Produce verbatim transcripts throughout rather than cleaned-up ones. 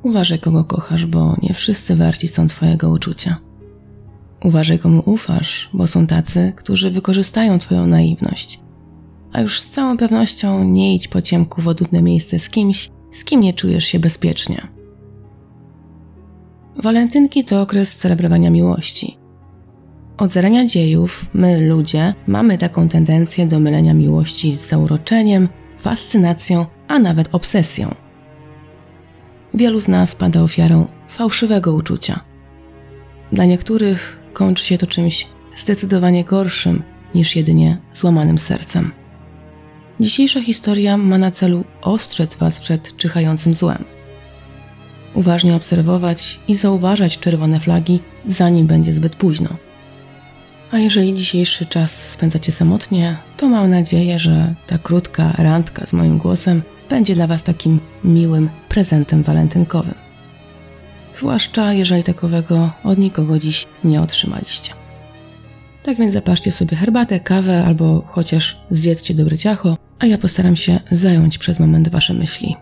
Uważaj, kogo kochasz, bo nie wszyscy warci są twojego uczucia. Uważaj, komu ufasz, bo są tacy, którzy wykorzystają twoją naiwność. A już z całą pewnością nie idź po ciemku w odludne miejsce z kimś, z kim nie czujesz się bezpiecznie. Walentynki to okres celebrowania miłości. Od zarania dziejów my, ludzie, mamy taką tendencję do mylenia miłości z zauroczeniem, fascynacją, a nawet obsesją. Wielu z nas pada ofiarą fałszywego uczucia. Dla niektórych kończy się to czymś zdecydowanie gorszym niż jedynie złamanym sercem. Dzisiejsza historia ma na celu ostrzec was przed czyhającym złem. Uważnie obserwować i zauważać czerwone flagi, zanim będzie zbyt późno. A jeżeli dzisiejszy czas spędzacie samotnie, to mam nadzieję, że ta krótka randka z moim głosem będzie dla was takim miłym prezentem walentynkowym. Zwłaszcza jeżeli takowego od nikogo dziś nie otrzymaliście. Tak więc zapaszcie sobie herbatę, kawę albo chociaż zjedzcie dobre ciacho, a ja postaram się zająć przez moment wasze myśli.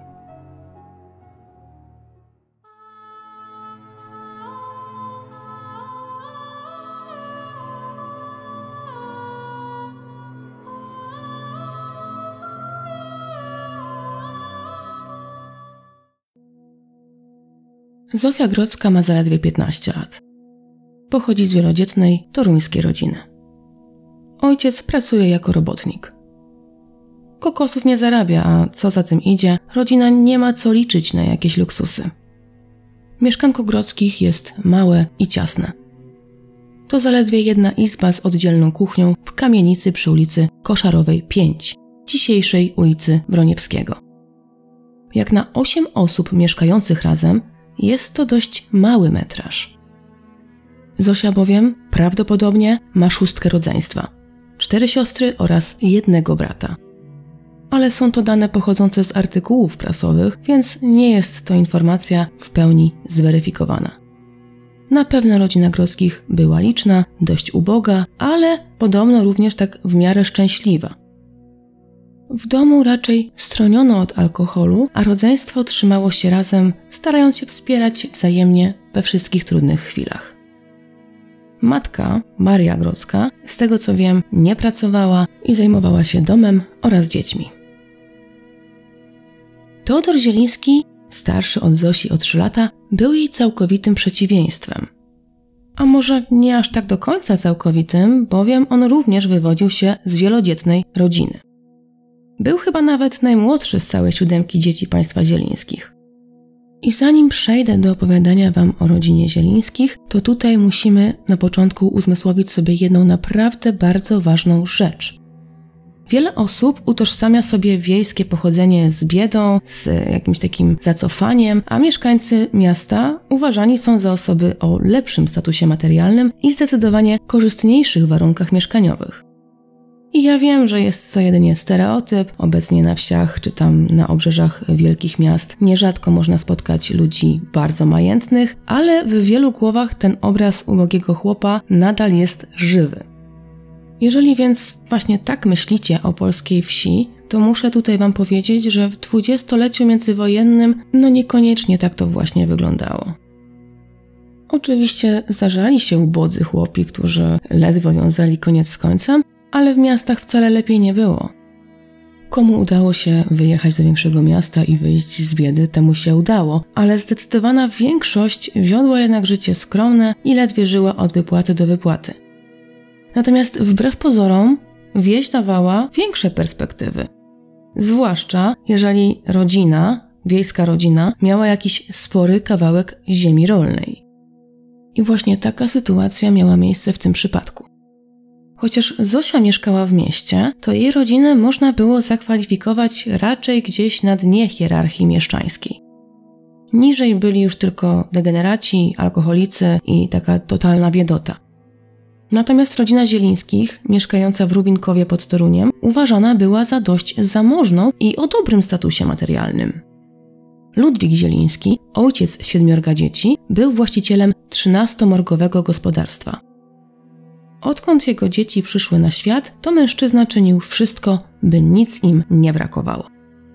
Zofia Grodzka ma zaledwie piętnaście lat. Pochodzi z wielodzietnej, toruńskiej rodziny. Ojciec pracuje jako robotnik. Kokosów nie zarabia, a co za tym idzie, rodzina nie ma co liczyć na jakieś luksusy. Mieszkanko Grodzkich jest małe i ciasne. To zaledwie jedna izba z oddzielną kuchnią w kamienicy przy ulicy Koszarowej pięć, dzisiejszej ulicy Broniewskiego. Jak na osiem osób mieszkających razem, jest to dość mały metraż. Zosia bowiem prawdopodobnie ma szóstkę rodzeństwa, cztery siostry oraz jednego brata. Ale są to dane pochodzące z artykułów prasowych, więc nie jest to informacja w pełni zweryfikowana. Na pewno rodzina Grodzkich była liczna, dość uboga, ale podobno również tak w miarę szczęśliwa. W domu raczej stroniono od alkoholu, a rodzeństwo trzymało się razem, starając się wspierać wzajemnie we wszystkich trudnych chwilach. Matka, Maria Grodzka, z tego co wiem, nie pracowała i zajmowała się domem oraz dziećmi. Teodor Zieliński, starszy od Zosi o trzy lata, był jej całkowitym przeciwieństwem. A może nie aż tak do końca całkowitym, bowiem on również wywodził się z wielodzietnej rodziny. Był chyba nawet najmłodszy z całej siódemki dzieci państwa Zielińskich. I zanim przejdę do opowiadania wam o rodzinie Zielińskich, to tutaj musimy na początku uzmysłowić sobie jedną naprawdę bardzo ważną rzecz. Wiele osób utożsamia sobie wiejskie pochodzenie z biedą, z jakimś takim zacofaniem, a mieszkańcy miasta uważani są za osoby o lepszym statusie materialnym i zdecydowanie korzystniejszych warunkach mieszkaniowych. I ja wiem, że jest to jedynie stereotyp. Obecnie na wsiach czy tam na obrzeżach wielkich miast nierzadko można spotkać ludzi bardzo majętnych, ale w wielu głowach ten obraz ubogiego chłopa nadal jest żywy. Jeżeli więc właśnie tak myślicie o polskiej wsi, to muszę tutaj wam powiedzieć, że w dwudziestoleciu międzywojennym no niekoniecznie tak to właśnie wyglądało. Oczywiście zdarzali się ubodzy chłopi, którzy ledwo wiązali koniec z końcem, ale w miastach wcale lepiej nie było. Komu udało się wyjechać do większego miasta i wyjść z biedy, temu się udało, ale zdecydowana większość wiodła jednak życie skromne i ledwie żyła od wypłaty do wypłaty. Natomiast wbrew pozorom wieś dawała większe perspektywy. Zwłaszcza jeżeli rodzina, wiejska rodzina, miała jakiś spory kawałek ziemi rolnej. I właśnie taka sytuacja miała miejsce w tym przypadku. Chociaż Zosia mieszkała w mieście, to jej rodzinę można było zakwalifikować raczej gdzieś na dnie hierarchii mieszczańskiej. Niżej byli już tylko degeneraci, alkoholicy i taka totalna biedota. Natomiast rodzina Zielińskich, mieszkająca w Rubinkowie pod Toruniem, uważana była za dość zamożną i o dobrym statusie materialnym. Ludwik Zieliński, ojciec siedmiorga dzieci, był właścicielem trzynastomorgowego gospodarstwa. Odkąd jego dzieci przyszły na świat, to mężczyzna czynił wszystko, by nic im nie brakowało.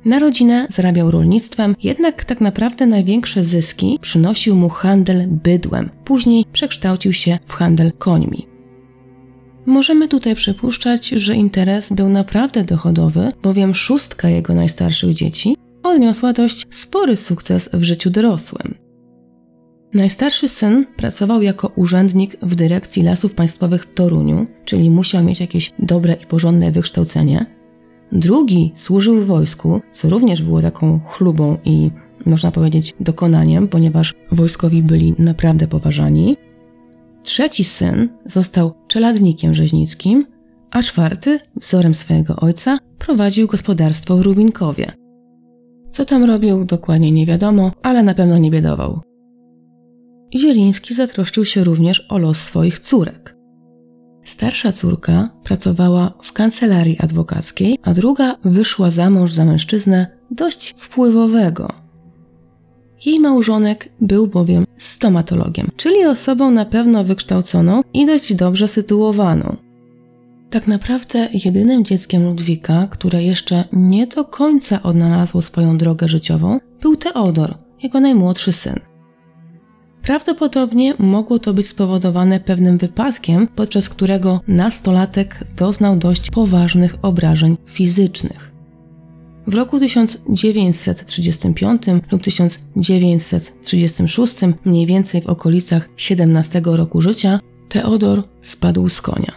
Na rodzinę zarabiał rolnictwem, jednak tak naprawdę największe zyski przynosił mu handel bydłem. Później przekształcił się w handel końmi. Możemy tutaj przypuszczać, że interes był naprawdę dochodowy, bowiem szóstka jego najstarszych dzieci odniosła dość spory sukces w życiu dorosłym. Najstarszy syn pracował jako urzędnik w dyrekcji Lasów Państwowych w Toruniu, czyli musiał mieć jakieś dobre i porządne wykształcenie. Drugi służył w wojsku, co również było taką chlubą i można powiedzieć dokonaniem, ponieważ wojskowi byli naprawdę poważani. Trzeci syn został czeladnikiem rzeźnickim, a czwarty, wzorem swojego ojca, prowadził gospodarstwo w Rubinkowie. Co tam robił, dokładnie nie wiadomo, ale na pewno nie biedował. Zieliński zatroszczył się również o los swoich córek. Starsza córka pracowała w kancelarii adwokackiej, a druga wyszła za mąż za mężczyznę dość wpływowego. Jej małżonek był bowiem stomatologiem, czyli osobą na pewno wykształconą i dość dobrze sytuowaną. Tak naprawdę jedynym dzieckiem Ludwika, które jeszcze nie do końca odnalazło swoją drogę życiową, był Teodor, jego najmłodszy syn. Prawdopodobnie mogło to być spowodowane pewnym wypadkiem, podczas którego nastolatek doznał dość poważnych obrażeń fizycznych. W roku tysiąc dziewięćset trzydziestym piątym lub tysiąc dziewięćset trzydziestym szóstym, mniej więcej w okolicach siedemnastego roku życia, Teodor spadł z konia.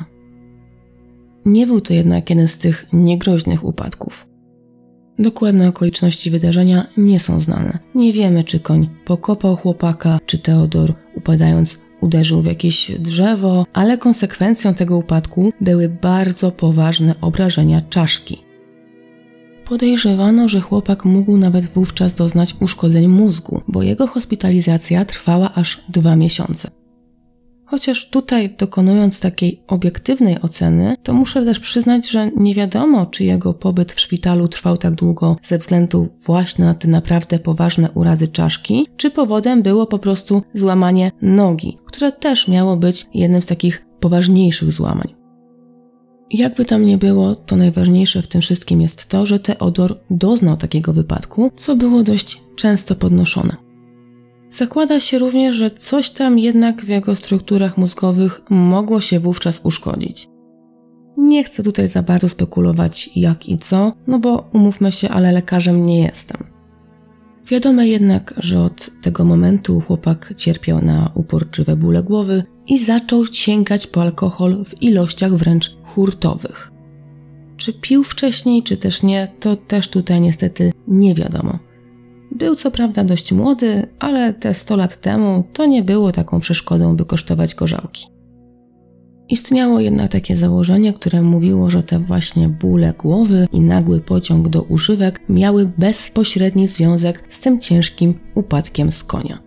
Nie był to jednak jeden z tych niegroźnych upadków. Dokładne okoliczności wydarzenia nie są znane. Nie wiemy, czy koń pokopał chłopaka, czy Teodor, upadając, uderzył w jakieś drzewo, ale konsekwencją tego upadku były bardzo poważne obrażenia czaszki. Podejrzewano, że chłopak mógł nawet wówczas doznać uszkodzeń mózgu, bo jego hospitalizacja trwała aż dwa miesiące. Chociaż tutaj, dokonując takiej obiektywnej oceny, to muszę też przyznać, że nie wiadomo, czy jego pobyt w szpitalu trwał tak długo ze względu właśnie na te naprawdę poważne urazy czaszki, czy powodem było po prostu złamanie nogi, które też miało być jednym z takich poważniejszych złamań. Jakby tam nie było, to najważniejsze w tym wszystkim jest to, że Teodor doznał takiego wypadku, co było dość często podnoszone. Zakłada się również, że coś tam jednak w jego strukturach mózgowych mogło się wówczas uszkodzić. Nie chcę tutaj za bardzo spekulować jak i co, no bo umówmy się, ale lekarzem nie jestem. Wiadomo jednak, że od tego momentu chłopak cierpiał na uporczywe bóle głowy i zaczął sięgać po alkohol w ilościach wręcz hurtowych. Czy pił wcześniej, czy też nie, to też tutaj niestety nie wiadomo. Był co prawda dość młody, ale te sto lat temu to nie było taką przeszkodą, by kosztować gorzałki. Istniało jednak takie założenie, które mówiło, że te właśnie bóle głowy i nagły pociąg do używek miały bezpośredni związek z tym ciężkim upadkiem z konia.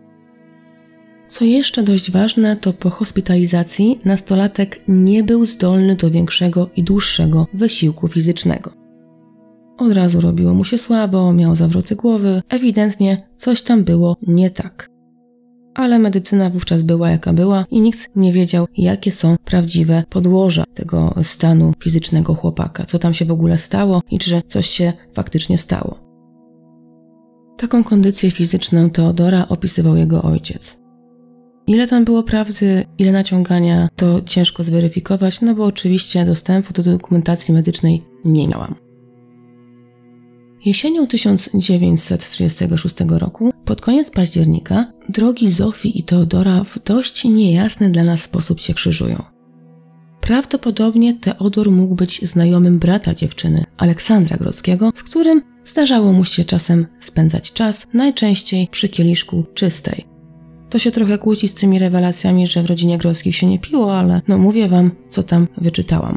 Co jeszcze dość ważne, to po hospitalizacji nastolatek nie był zdolny do większego i dłuższego wysiłku fizycznego. Od razu robiło mu się słabo, miał zawroty głowy, ewidentnie coś tam było nie tak. Ale medycyna wówczas była jaka była i nikt nie wiedział, jakie są prawdziwe podłoża tego stanu fizycznego chłopaka, co tam się w ogóle stało i czy coś się faktycznie stało. Taką kondycję fizyczną Teodora opisywał jego ojciec. Ile tam było prawdy, ile naciągania, to ciężko zweryfikować, no bo oczywiście dostępu do dokumentacji medycznej nie miałam. Jesienią tysiąc dziewięćset trzydziestego szóstego roku, pod koniec października, drogi Zofii i Teodora w dość niejasny dla nas sposób się krzyżują. Prawdopodobnie Teodor mógł być znajomym brata dziewczyny, Aleksandra Grodzkiego, z którym zdarzało mu się czasem spędzać czas, najczęściej przy kieliszku czystej. To się trochę kłóci z tymi rewelacjami, że w rodzinie Grodzkich się nie piło, ale no mówię wam, co tam wyczytałam.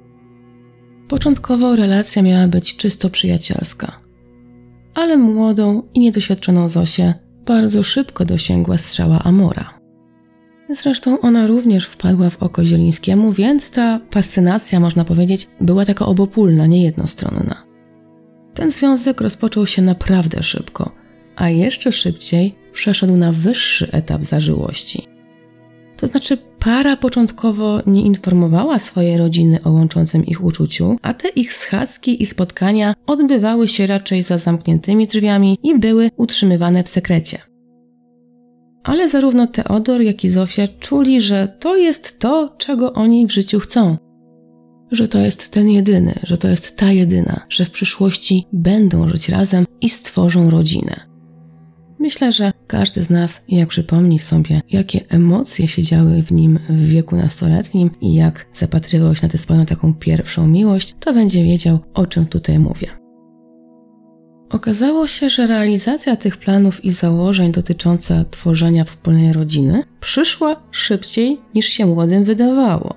Początkowo relacja miała być czysto przyjacielska, ale młodą i niedoświadczoną Zosię bardzo szybko dosięgła strzała Amora. Zresztą ona również wpadła w oko Zielińskiemu, więc ta fascynacja, można powiedzieć, była taka obopólna, nie jednostronna. Ten związek rozpoczął się naprawdę szybko, a jeszcze szybciej przeszedł na wyższy etap zażyłości. To znaczy Para początkowo nie informowała swojej rodziny o łączącym ich uczuciu, a te ich schadzki i spotkania odbywały się raczej za zamkniętymi drzwiami i były utrzymywane w sekrecie. Ale zarówno Teodor, jak i Zofia czuli, że to jest to, czego oni w życiu chcą. Że to jest ten jedyny, że to jest ta jedyna, że w przyszłości będą żyć razem i stworzą rodzinę. Myślę, że każdy z nas, jak przypomni sobie, jakie emocje się działy w nim w wieku nastoletnim i jak zapatrywał się na tę swoją taką pierwszą miłość, to będzie wiedział, o czym tutaj mówię. Okazało się, że realizacja tych planów i założeń dotycząca tworzenia wspólnej rodziny przyszła szybciej niż się młodym wydawało.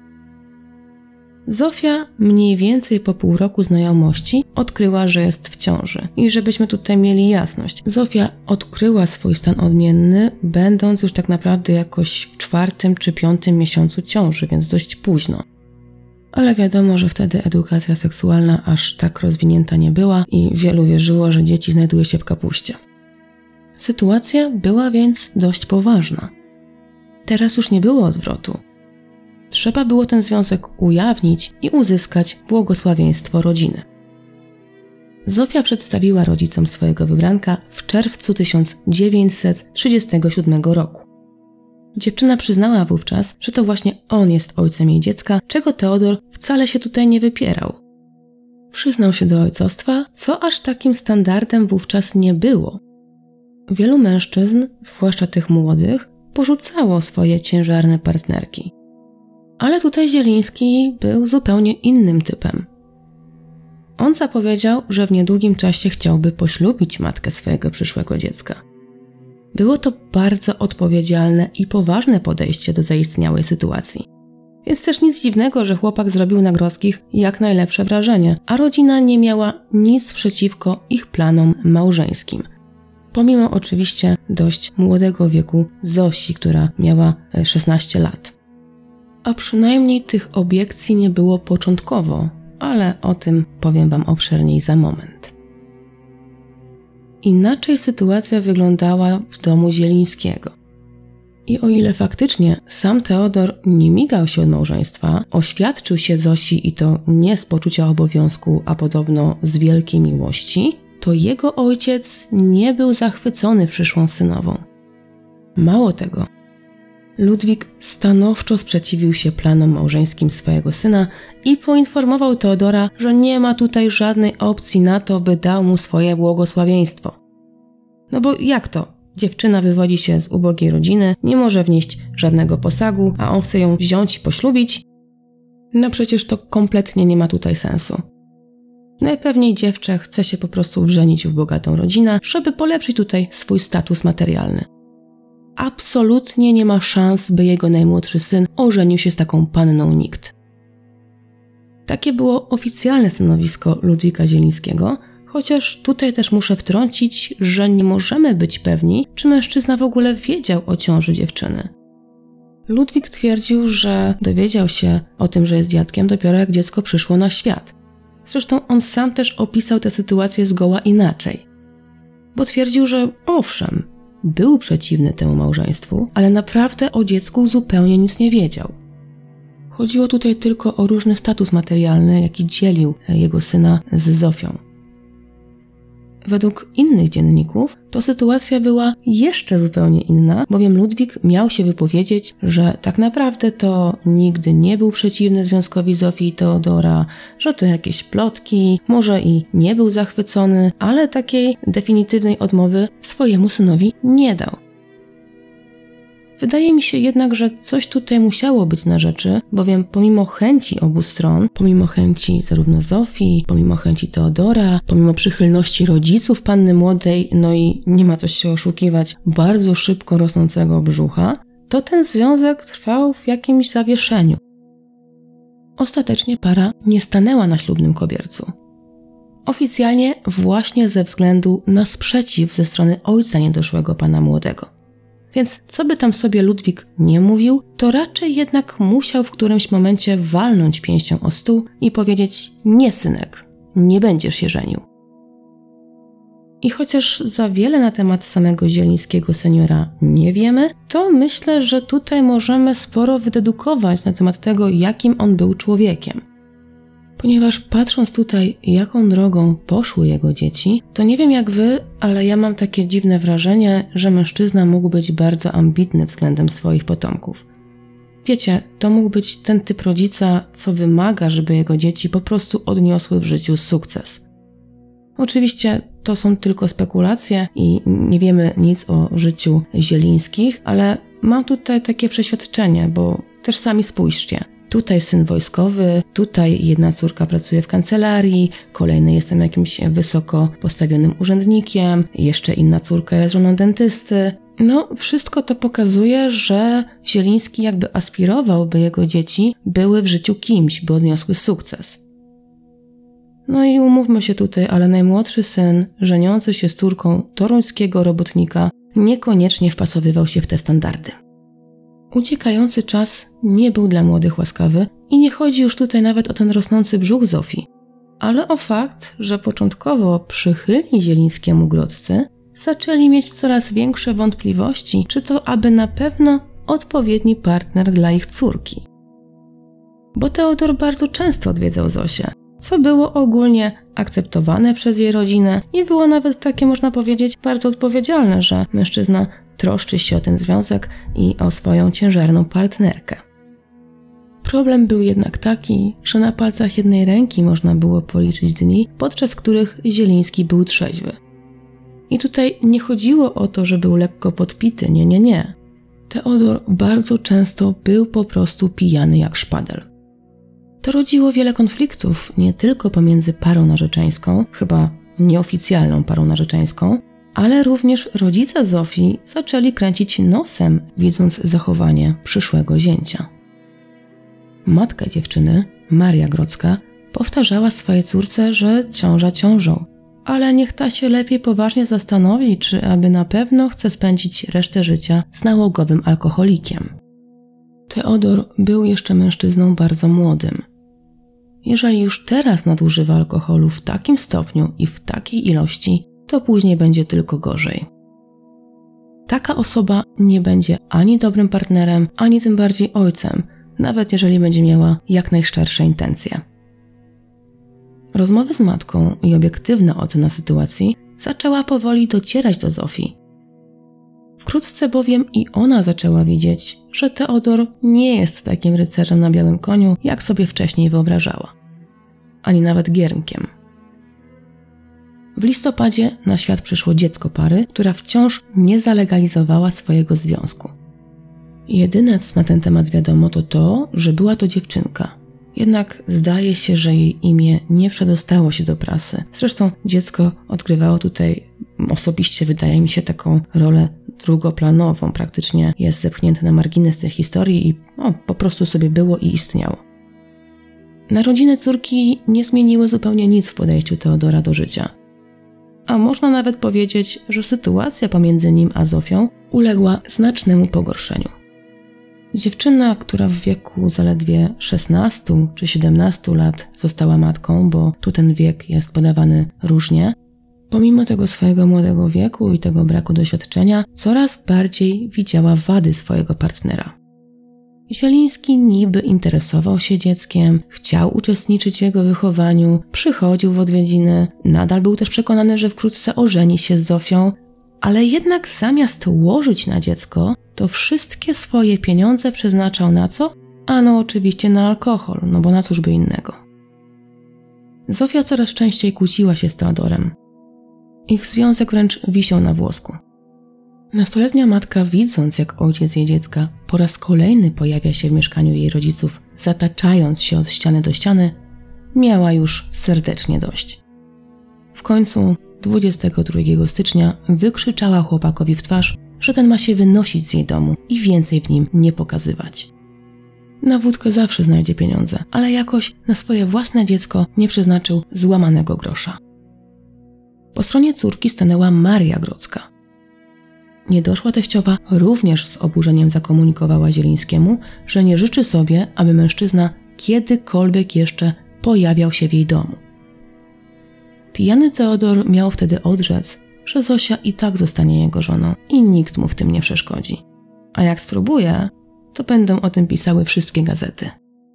Zofia mniej więcej po pół roku znajomości odkryła, że jest w ciąży. I żebyśmy tutaj mieli jasność, Zofia odkryła swój stan odmienny, będąc już tak naprawdę jakoś w czwartym czy piątym miesiącu ciąży, więc dość późno. Ale wiadomo, że wtedy edukacja seksualna aż tak rozwinięta nie była i wielu wierzyło, że dzieci znajduje się w kapuście. Sytuacja była więc dość poważna. Teraz już nie było odwrotu. Trzeba było ten związek ujawnić i uzyskać błogosławieństwo rodziny. Zofia przedstawiła rodzicom swojego wybranka w czerwcu tysiąc dziewięćset trzydziestego siódmego roku. Dziewczyna przyznała wówczas, że to właśnie on jest ojcem jej dziecka, czego Teodor wcale się tutaj nie wypierał. Przyznał się do ojcostwa, co aż takim standardem wówczas nie było. Wielu mężczyzn, zwłaszcza tych młodych, porzucało swoje ciężarne partnerki. Ale tutaj Zieliński był zupełnie innym typem. On zapowiedział, że w niedługim czasie chciałby poślubić matkę swojego przyszłego dziecka. Było to bardzo odpowiedzialne i poważne podejście do zaistniałej sytuacji. Więc też nic dziwnego, że chłopak zrobił na Grodzkich jak najlepsze wrażenie, a rodzina nie miała nic przeciwko ich planom małżeńskim. Pomimo oczywiście dość młodego wieku Zosi, która miała szesnaście lat. A przynajmniej tych obiekcji nie było początkowo, ale o tym powiem wam obszerniej za moment. Inaczej sytuacja wyglądała w domu Zielińskiego. I o ile faktycznie sam Teodor nie migał się od małżeństwa, oświadczył się Zosi i to nie z poczucia obowiązku, a podobno z wielkiej miłości, to jego ojciec nie był zachwycony przyszłą synową. Mało tego, Ludwik stanowczo sprzeciwił się planom małżeńskim swojego syna i poinformował Teodora, że nie ma tutaj żadnej opcji na to, by dał mu swoje błogosławieństwo. No bo jak to? Dziewczyna wywodzi się z ubogiej rodziny, nie może wnieść żadnego posagu, a on chce ją wziąć i poślubić? No przecież to kompletnie nie ma tutaj sensu. Najpewniej dziewczę chce się po prostu wżenić w bogatą rodzinę, żeby polepszyć tutaj swój status materialny. Absolutnie nie ma szans, by jego najmłodszy syn ożenił się z taką panną nikt. Takie było oficjalne stanowisko Ludwika Zielińskiego, chociaż tutaj też muszę wtrącić, że nie możemy być pewni, czy mężczyzna w ogóle wiedział o ciąży dziewczyny. Ludwik twierdził, że dowiedział się o tym, że jest dziadkiem dopiero jak dziecko przyszło na świat. Zresztą on sam też opisał tę sytuację zgoła inaczej. Bo twierdził, że owszem, był przeciwny temu małżeństwu, ale naprawdę o dziecku zupełnie nic nie wiedział. Chodziło tutaj tylko o różny status materialny, jaki dzielił jego syna z Zofią. Według innych dzienników to sytuacja była jeszcze zupełnie inna, bowiem Ludwik miał się wypowiedzieć, że tak naprawdę to nigdy nie był przeciwny związkowi Zofii i Teodora, że to jakieś plotki, może i nie był zachwycony, ale takiej definitywnej odmowy swojemu synowi nie dał. Wydaje mi się jednak, że coś tutaj musiało być na rzeczy, bowiem pomimo chęci obu stron, pomimo chęci zarówno Zofii, pomimo chęci Teodora, pomimo przychylności rodziców panny młodej, no i nie ma co się oszukiwać, bardzo szybko rosnącego brzucha, to ten związek trwał w jakimś zawieszeniu. Ostatecznie para nie stanęła na ślubnym kobiercu. Oficjalnie właśnie ze względu na sprzeciw ze strony ojca niedoszłego pana młodego. Więc co by tam sobie Ludwik nie mówił, to raczej jednak musiał w którymś momencie walnąć pięścią o stół i powiedzieć: nie synek, nie będziesz się żenił. I chociaż za wiele na temat samego Zielińskiego seniora nie wiemy, to myślę, że tutaj możemy sporo wydedukować na temat tego, jakim on był człowiekiem. Ponieważ patrząc tutaj, jaką drogą poszły jego dzieci, to nie wiem jak wy, ale ja mam takie dziwne wrażenie, że mężczyzna mógł być bardzo ambitny względem swoich potomków. Wiecie, to mógł być ten typ rodzica, co wymaga, żeby jego dzieci po prostu odniosły w życiu sukces. Oczywiście to są tylko spekulacje i nie wiemy nic o życiu Zielińskich, ale mam tutaj takie przeświadczenie, bo też sami spójrzcie. Tutaj syn wojskowy, tutaj jedna córka pracuje w kancelarii, kolejny jest tam jakimś wysoko postawionym urzędnikiem, jeszcze inna córka jest żoną dentysty. No, wszystko to pokazuje, że Zieliński jakby aspirował, by jego dzieci były w życiu kimś, by odniosły sukces. No i umówmy się tutaj, ale najmłodszy syn, żeniący się z córką toruńskiego robotnika, niekoniecznie wpasowywał się w te standardy. Uciekający czas nie był dla młodych łaskawy i nie chodzi już tutaj nawet o ten rosnący brzuch Zofii, ale o fakt, że początkowo przychylni Zielińskiemu grodzcy zaczęli mieć coraz większe wątpliwości, czy to aby na pewno odpowiedni partner dla ich córki. Bo Teodor bardzo często odwiedzał Zosię, co było ogólnie akceptowane przez jej rodzinę i było nawet takie, można powiedzieć, bardzo odpowiedzialne, że mężczyzna troszczy się o ten związek i o swoją ciężarną partnerkę. Problem był jednak taki, że na palcach jednej ręki można było policzyć dni, podczas których Zieliński był trzeźwy. I tutaj nie chodziło o to, że był lekko podpity, nie, nie, nie. Teodor bardzo często był po prostu pijany jak szpadel. To rodziło wiele konfliktów, nie tylko pomiędzy parą narzeczeńską, chyba nieoficjalną parą narzeczeńską, ale również rodzice Zofii zaczęli kręcić nosem, widząc zachowanie przyszłego zięcia. Matka dziewczyny, Maria Grodzka, powtarzała swojej córce, że ciąża ciążą, ale niech ta się lepiej poważnie zastanowi, czy aby na pewno chce spędzić resztę życia z nałogowym alkoholikiem. Teodor był jeszcze mężczyzną bardzo młodym. Jeżeli już teraz nadużywa alkoholu w takim stopniu i w takiej ilości, to później będzie tylko gorzej. Taka osoba nie będzie ani dobrym partnerem, ani tym bardziej ojcem, nawet jeżeli będzie miała jak najszczersze intencje. Rozmowy z matką i obiektywna ocena sytuacji zaczęła powoli docierać do Zofii. Wkrótce bowiem i ona zaczęła widzieć, że Teodor nie jest takim rycerzem na białym koniu, jak sobie wcześniej wyobrażała. Ani nawet giermkiem. W listopadzie na świat przyszło dziecko pary, która wciąż nie zalegalizowała swojego związku. Jedyne, co na ten temat wiadomo, to to, że była to dziewczynka. Jednak zdaje się, że jej imię nie przedostało się do prasy. Zresztą dziecko odgrywało tutaj, osobiście wydaje mi się, taką rolę drugoplanową. Praktycznie jest zepchnięte na margines tej historii i no, po prostu sobie było i istniało. Narodziny córki nie zmieniły zupełnie nic w podejściu Teodora do życia. A można nawet powiedzieć, że sytuacja pomiędzy nim a Zofią uległa znacznemu pogorszeniu. Dziewczyna, która w wieku zaledwie szesnastu czy siedemnastu lat została matką, bo tu ten wiek jest podawany różnie, pomimo tego swojego młodego wieku i tego braku doświadczenia, coraz bardziej widziała wady swojego partnera. Zieliński niby interesował się dzieckiem, chciał uczestniczyć w jego wychowaniu, przychodził w odwiedziny, nadal był też przekonany, że wkrótce ożeni się z Zofią, ale jednak zamiast łożyć na dziecko, to wszystkie swoje pieniądze przeznaczał na co? Ano oczywiście na alkohol, no bo na cóż by innego. Zofia coraz częściej kłóciła się z Teodorem. Ich związek wręcz wisiał na włosku. Nastoletnia matka, widząc jak ojciec jej dziecka po raz kolejny pojawia się w mieszkaniu jej rodziców, zataczając się od ściany do ściany, miała już serdecznie dość. W końcu dwudziestego drugiego stycznia wykrzyczała chłopakowi w twarz, że ten ma się wynosić z jej domu i więcej w nim nie pokazywać. Na wódkę zawsze znajdzie pieniądze, ale jakoś na swoje własne dziecko nie przeznaczył złamanego grosza. Po stronie córki stanęła Maria Grodzka. Niedoszła teściowa również z oburzeniem zakomunikowała Zielińskiemu, że nie życzy sobie, aby mężczyzna kiedykolwiek jeszcze pojawiał się w jej domu. Pijany Teodor miał wtedy odrzec, że Zosia i tak zostanie jego żoną i nikt mu w tym nie przeszkodzi. A jak spróbuje, to będą o tym pisały wszystkie gazety.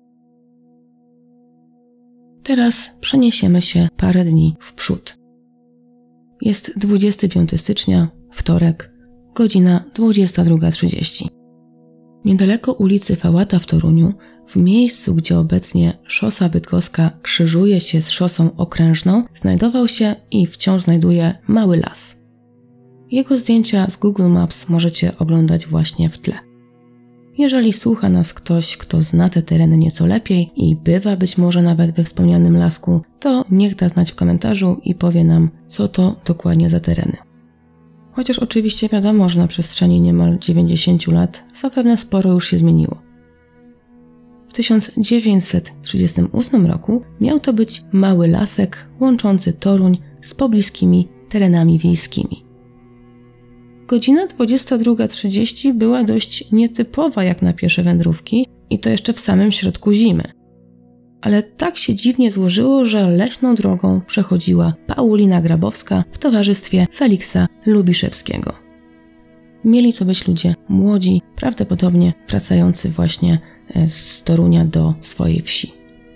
Teraz przeniesiemy się parę dni w przód. Jest dwudziestego piątego stycznia, wtorek, godzina dwudziesta druga trzydzieści. Niedaleko ulicy Fałata w Toruniu, w miejscu, gdzie obecnie szosa bydgoska krzyżuje się z szosą okrężną, znajdował się i wciąż znajduje mały las. Jego zdjęcia z Google Maps możecie oglądać właśnie w tle. Jeżeli słucha nas ktoś, kto zna te tereny nieco lepiej i bywa być może nawet we wspomnianym lasku, to niech da znać w komentarzu i powie nam, co to dokładnie za tereny. Chociaż oczywiście wiadomo, że na przestrzeni niemal dziewięćdziesięciu lat zapewne sporo już się zmieniło. W tysiąc dziewięćset trzydziestym ósmym roku miał to być mały lasek łączący Toruń z pobliskimi terenami wiejskimi. Godzina dwudziesta druga trzydzieści była dość nietypowa jak na piesze wędrówki i to jeszcze w samym środku zimy. Ale tak się dziwnie złożyło, że leśną drogą przechodziła Paulina Grabowska w towarzystwie Feliksa Lubiszewskiego. Mieli to być ludzie młodzi, prawdopodobnie wracający właśnie z Torunia do swojej wsi.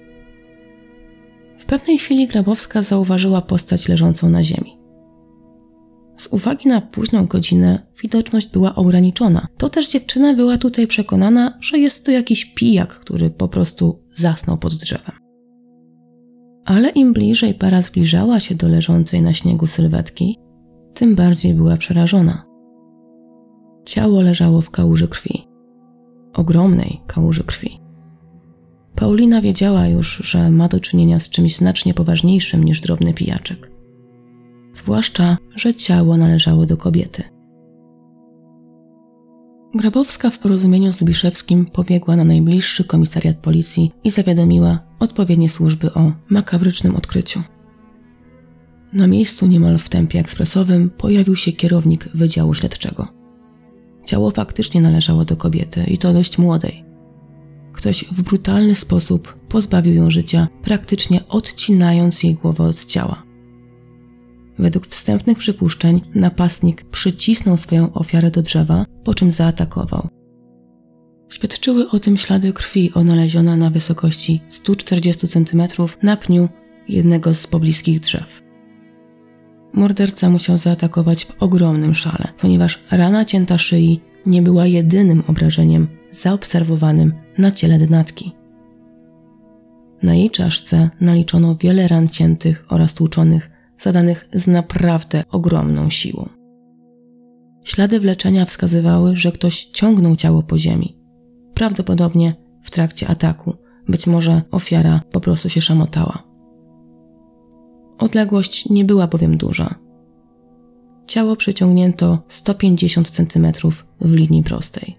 W pewnej chwili Grabowska zauważyła postać leżącą na ziemi. Z uwagi na późną godzinę widoczność była ograniczona. To też dziewczyna była tutaj przekonana, że jest to jakiś pijak, który po prostu zasnął pod drzewem. Ale im bliżej para zbliżała się do leżącej na śniegu sylwetki, tym bardziej była przerażona. Ciało leżało w kałuży krwi. Ogromnej kałuży krwi. Paulina wiedziała już, że ma do czynienia z czymś znacznie poważniejszym niż drobny pijaczek. Zwłaszcza, że ciało należało do kobiety. Grabowska w porozumieniu z Lubiszewskim pobiegła na najbliższy komisariat policji i zawiadomiła odpowiednie służby o makabrycznym odkryciu. Na miejscu niemal w tempie ekspresowym pojawił się kierownik Wydziału Śledczego. Ciało faktycznie należało do kobiety i to dość młodej. Ktoś w brutalny sposób pozbawił ją życia, praktycznie odcinając jej głowę od ciała. Według wstępnych przypuszczeń napastnik przycisnął swoją ofiarę do drzewa, po czym zaatakował. Świadczyły o tym ślady krwi odnalezione na wysokości stu czterdziestu centymetrów na pniu jednego z pobliskich drzew. Morderca musiał zaatakować w ogromnym szale, ponieważ rana cięta szyi nie była jedynym obrażeniem zaobserwowanym na ciele denatki. Na jej czaszce naliczono wiele ran ciętych oraz tłuczonych, zadanych z naprawdę ogromną siłą. Ślady wleczenia wskazywały, że ktoś ciągnął ciało po ziemi. Prawdopodobnie w trakcie ataku, być może ofiara po prostu się szamotała. Odległość nie była bowiem duża. Ciało przyciągnięto sto pięćdziesiąt centymetrów w linii prostej.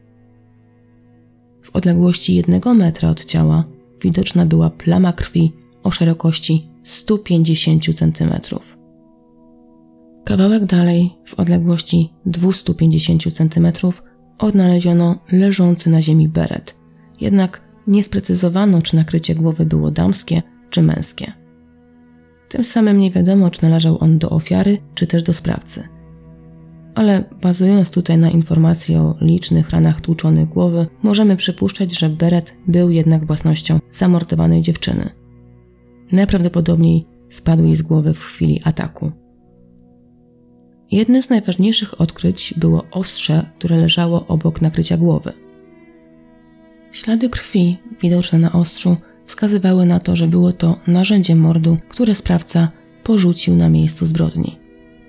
W odległości jednego metra od ciała widoczna była plama krwi o szerokości stu pięćdziesięciu centymetrów. Kawałek dalej, w odległości dwustu pięćdziesięciu centymetrów, odnaleziono leżący na ziemi beret, jednak nie sprecyzowano, czy nakrycie głowy było damskie czy męskie. Tym samym nie wiadomo, czy należał on do ofiary, czy też do sprawcy. Ale bazując tutaj na informacji o licznych ranach tłuczonych głowy, możemy przypuszczać, że beret był jednak własnością zamordowanej dziewczyny. Najprawdopodobniej spadł jej z głowy w chwili ataku. Jednym z najważniejszych odkryć było ostrze, które leżało obok nakrycia głowy. Ślady krwi widoczne na ostrzu wskazywały na to, że było to narzędzie mordu, które sprawca porzucił na miejscu zbrodni.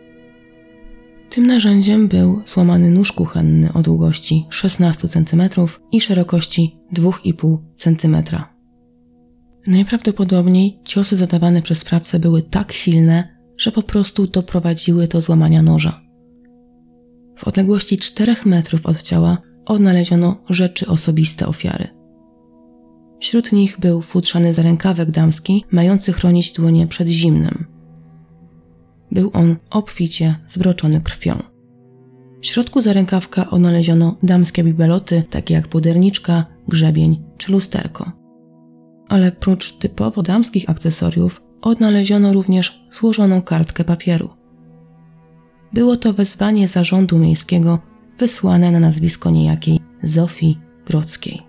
Tym narzędziem był złamany nóż kuchenny o długości szesnastu centymetrów i szerokości dwóch i pół centymetra. Najprawdopodobniej ciosy zadawane przez sprawcę były tak silne, że po prostu doprowadziły do złamania noża. W odległości czterech metrów od ciała odnaleziono rzeczy osobiste ofiary. Wśród nich był futrzany zarękawek damski, mający chronić dłonie przed zimnem. Był on obficie zbroczony krwią. W środku zarękawka odnaleziono damskie bibeloty, takie jak puderniczka, grzebień czy lusterko. Ale prócz typowo damskich akcesoriów odnaleziono również złożoną kartkę papieru. było to wezwanie zarządu miejskiego wysłane na nazwisko niejakiej Zofii Grodzkiej.